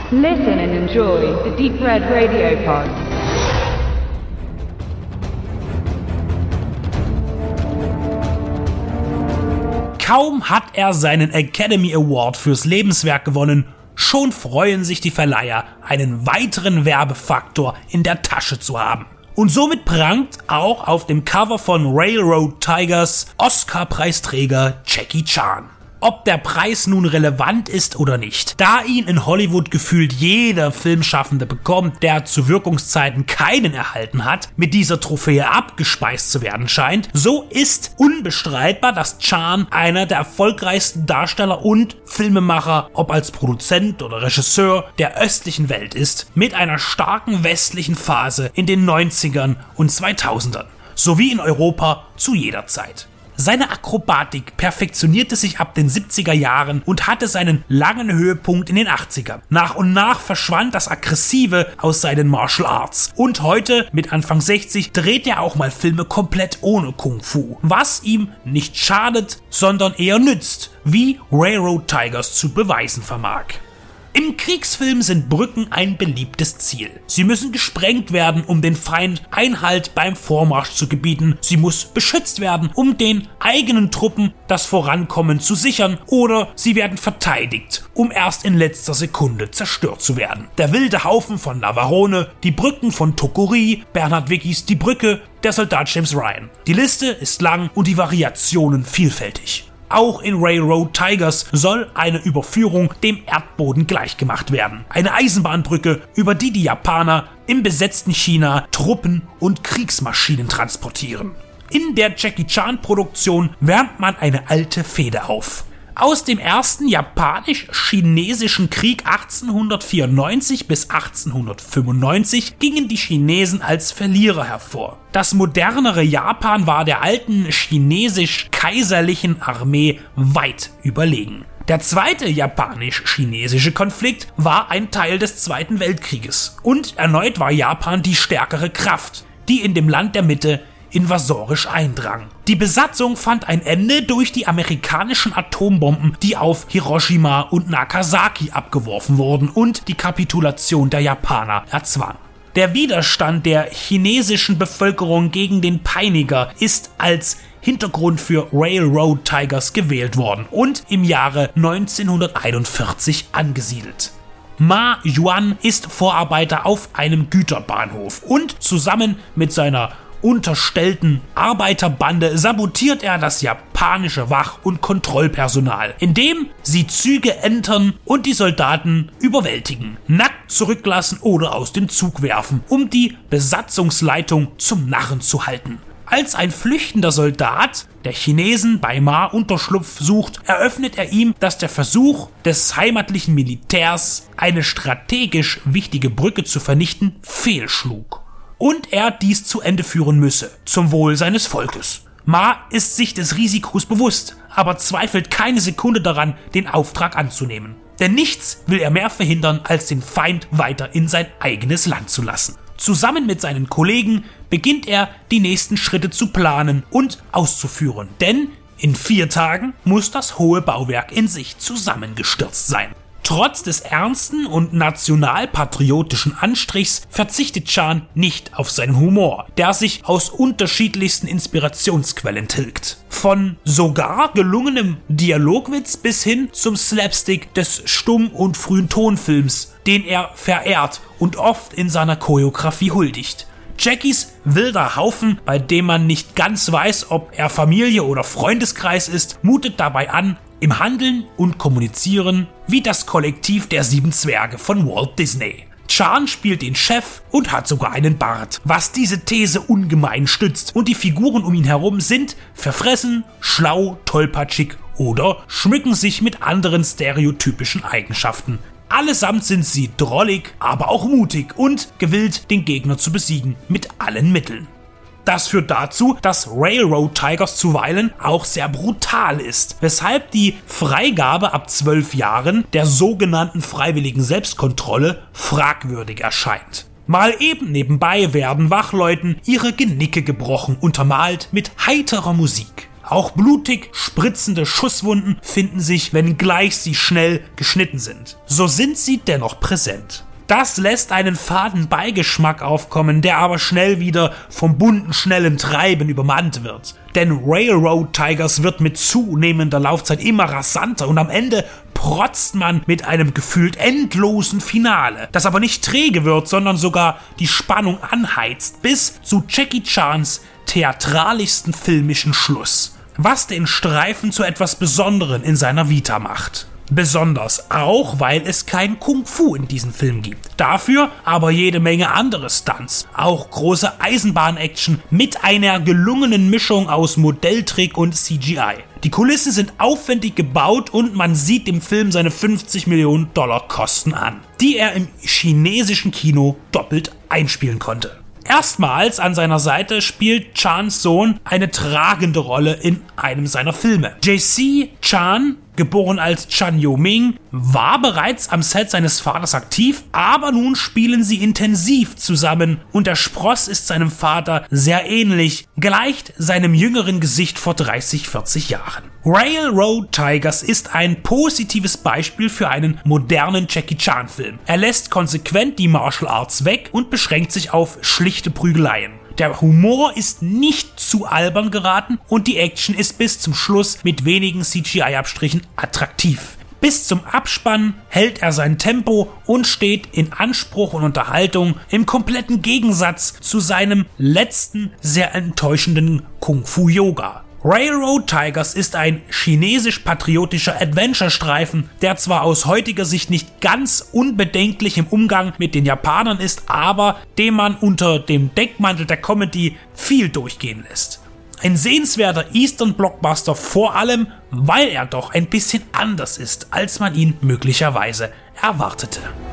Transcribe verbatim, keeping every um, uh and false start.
Listen and enjoy the Deep Red Radio Pod. Kaum hat er seinen Academy Award fürs Lebenswerk gewonnen, schon freuen sich die Verleiher, einen weiteren Werbefaktor in der Tasche zu haben. Und somit prangt auch auf dem Cover von Railroad Tigers Oscar-Preisträger Jackie Chan. Ob der Preis nun relevant ist oder nicht, da ihn in Hollywood gefühlt jeder Filmschaffende bekommt, der zu Wirkungszeiten keinen erhalten hat, mit dieser Trophäe abgespeist zu werden scheint, so ist unbestreitbar, dass Chan einer der erfolgreichsten Darsteller und Filmemacher, ob als Produzent oder Regisseur, der östlichen Welt ist, mit einer starken westlichen Phase in den neunzigern und zweitausendern, sowie in Europa zu jeder Zeit. Seine Akrobatik perfektionierte sich ab den siebziger Jahren und hatte seinen langen Höhepunkt in den achtzigern. Nach und nach verschwand das Aggressive aus seinen Martial Arts. Und heute, mit Anfang sechzig, dreht er auch mal Filme komplett ohne Kung Fu. Was ihm nicht schadet, sondern eher nützt, wie Railroad Tigers zu beweisen vermag. Im Kriegsfilm sind Brücken ein beliebtes Ziel. Sie müssen gesprengt werden, um den Feind Einhalt beim Vormarsch zu gebieten. Sie muss beschützt werden, um den eigenen Truppen das Vorankommen zu sichern. Oder sie werden verteidigt, um erst in letzter Sekunde zerstört zu werden. Der wilde Haufen von Navarone, die Brücken von Tokori, Bernhard Wickis Die Brücke, der Soldat James Ryan. Die Liste ist lang und die Variationen vielfältig. Auch in Railroad Tigers soll eine Überführung dem Erdboden gleichgemacht werden. Eine Eisenbahnbrücke, über die die Japaner im besetzten China Truppen und Kriegsmaschinen transportieren. In der Jackie Chan Produktion wärmt man eine alte Fehde auf. Aus dem ersten japanisch-chinesischen Krieg achtzehnhundertvierundneunzig bis achtzehnhundertfünfundneunzig gingen die Chinesen als Verlierer hervor. Das modernere Japan war der alten chinesisch-kaiserlichen Armee weit überlegen. Der zweite japanisch-chinesische Konflikt war ein Teil des Zweiten Weltkrieges und erneut war Japan die stärkere Kraft, die in dem Land der Mitte invasorisch eindrang. Die Besatzung fand ein Ende durch die amerikanischen Atombomben, die auf Hiroshima und Nagasaki abgeworfen wurden und die Kapitulation der Japaner erzwang. Der Widerstand der chinesischen Bevölkerung gegen den Peiniger ist als Hintergrund für Railroad Tigers gewählt worden und im Jahre neunzehnhunderteinundvierzig angesiedelt. Ma Yuan ist Vorarbeiter auf einem Güterbahnhof und zusammen mit seiner unterstellten Arbeiterbande sabotiert er das japanische Wach- und Kontrollpersonal, indem sie Züge entern und die Soldaten überwältigen, nackt zurücklassen oder aus dem Zug werfen, um die Besatzungsleitung zum Narren zu halten. Als ein flüchtender Soldat der Chinesen bei Ma Unterschlupf sucht, eröffnet er ihm, dass der Versuch des heimatlichen Militärs, eine strategisch wichtige Brücke zu vernichten, fehlschlug. Und er dies zu Ende führen müsse, zum Wohl seines Volkes. Ma ist sich des Risikos bewusst, aber zweifelt keine Sekunde daran, den Auftrag anzunehmen. Denn nichts will er mehr verhindern, als den Feind weiter in sein eigenes Land zu lassen. Zusammen mit seinen Kollegen beginnt er, die nächsten Schritte zu planen und auszuführen. Denn in vier Tagen muss das hohe Bauwerk in sich zusammengestürzt sein. Trotz des ernsten und nationalpatriotischen Anstrichs verzichtet Chan nicht auf seinen Humor, der sich aus unterschiedlichsten Inspirationsquellen tilgt. Von sogar gelungenem Dialogwitz bis hin zum Slapstick des Stumm- und frühen Tonfilms, den er verehrt und oft in seiner Choreografie huldigt. Jackies wilder Haufen, bei dem man nicht ganz weiß, ob er Familie oder Freundeskreis ist, mutet dabei an, im Handeln und Kommunizieren wie das Kollektiv der sieben Zwerge von Walt Disney. Chan spielt den Chef und hat sogar einen Bart, was diese These ungemein stützt, und die Figuren um ihn herum sind verfressen, schlau, tollpatschig oder schmücken sich mit anderen stereotypischen Eigenschaften. Allesamt sind sie drollig, aber auch mutig und gewillt, den Gegner zu besiegen mit allen Mitteln. Das führt dazu, dass Railroad Tigers zuweilen auch sehr brutal ist, weshalb die Freigabe ab zwölf Jahren der sogenannten freiwilligen Selbstkontrolle fragwürdig erscheint. Mal eben nebenbei werden Wachleuten ihre Genicke gebrochen, untermalt mit heiterer Musik. Auch blutig spritzende Schusswunden finden sich, wenngleich sie schnell geschnitten sind. So sind sie dennoch präsent. Das lässt einen faden Beigeschmack aufkommen, der aber schnell wieder vom bunten, schnellen Treiben übermannt wird. Denn Railroad Tigers wird mit zunehmender Laufzeit immer rasanter und am Ende protzt man mit einem gefühlt endlosen Finale, das aber nicht träge wird, sondern sogar die Spannung anheizt, bis zu Jackie Chans theatralischsten filmischen Schluss. Was den Streifen zu etwas Besonderem in seiner Vita macht. Besonders auch, weil es kein Kung-Fu in diesem Film gibt. Dafür aber jede Menge andere Stunts. Auch große Eisenbahn-Action mit einer gelungenen Mischung aus Modelltrick und C G I. Die Kulissen sind aufwendig gebaut und man sieht dem Film seine fünfzig Millionen Dollar Kosten an, die er im chinesischen Kino doppelt einspielen konnte. Erstmals an seiner Seite spielt Chans Sohn eine tragende Rolle in einem seiner Filme. J C Chan, geboren als Chan Yo-Ming, war bereits am Set seines Vaters aktiv, aber nun spielen sie intensiv zusammen und der Spross ist seinem Vater sehr ähnlich, gleicht seinem jüngeren Gesicht vor dreißig, vierzig Jahren. Railroad Tigers ist ein positives Beispiel für einen modernen Jackie Chan Film. Er lässt konsequent die Martial Arts weg und beschränkt sich auf schlichte Prügeleien. Der Humor ist nicht zu albern geraten und die Action ist bis zum Schluss mit wenigen C G I-Abstrichen attraktiv. Bis zum Abspann hält er sein Tempo und steht in Anspruch und Unterhaltung im kompletten Gegensatz zu seinem letzten, sehr enttäuschenden Kung-Fu-Yoga. Railroad Tigers ist ein chinesisch-patriotischer Adventure-Streifen, der zwar aus heutiger Sicht nicht ganz unbedenklich im Umgang mit den Japanern ist, aber dem man unter dem Deckmantel der Comedy viel durchgehen lässt. Ein sehenswerter Eastern-Blockbuster, vor allem, weil er doch ein bisschen anders ist, als man ihn möglicherweise erwartete.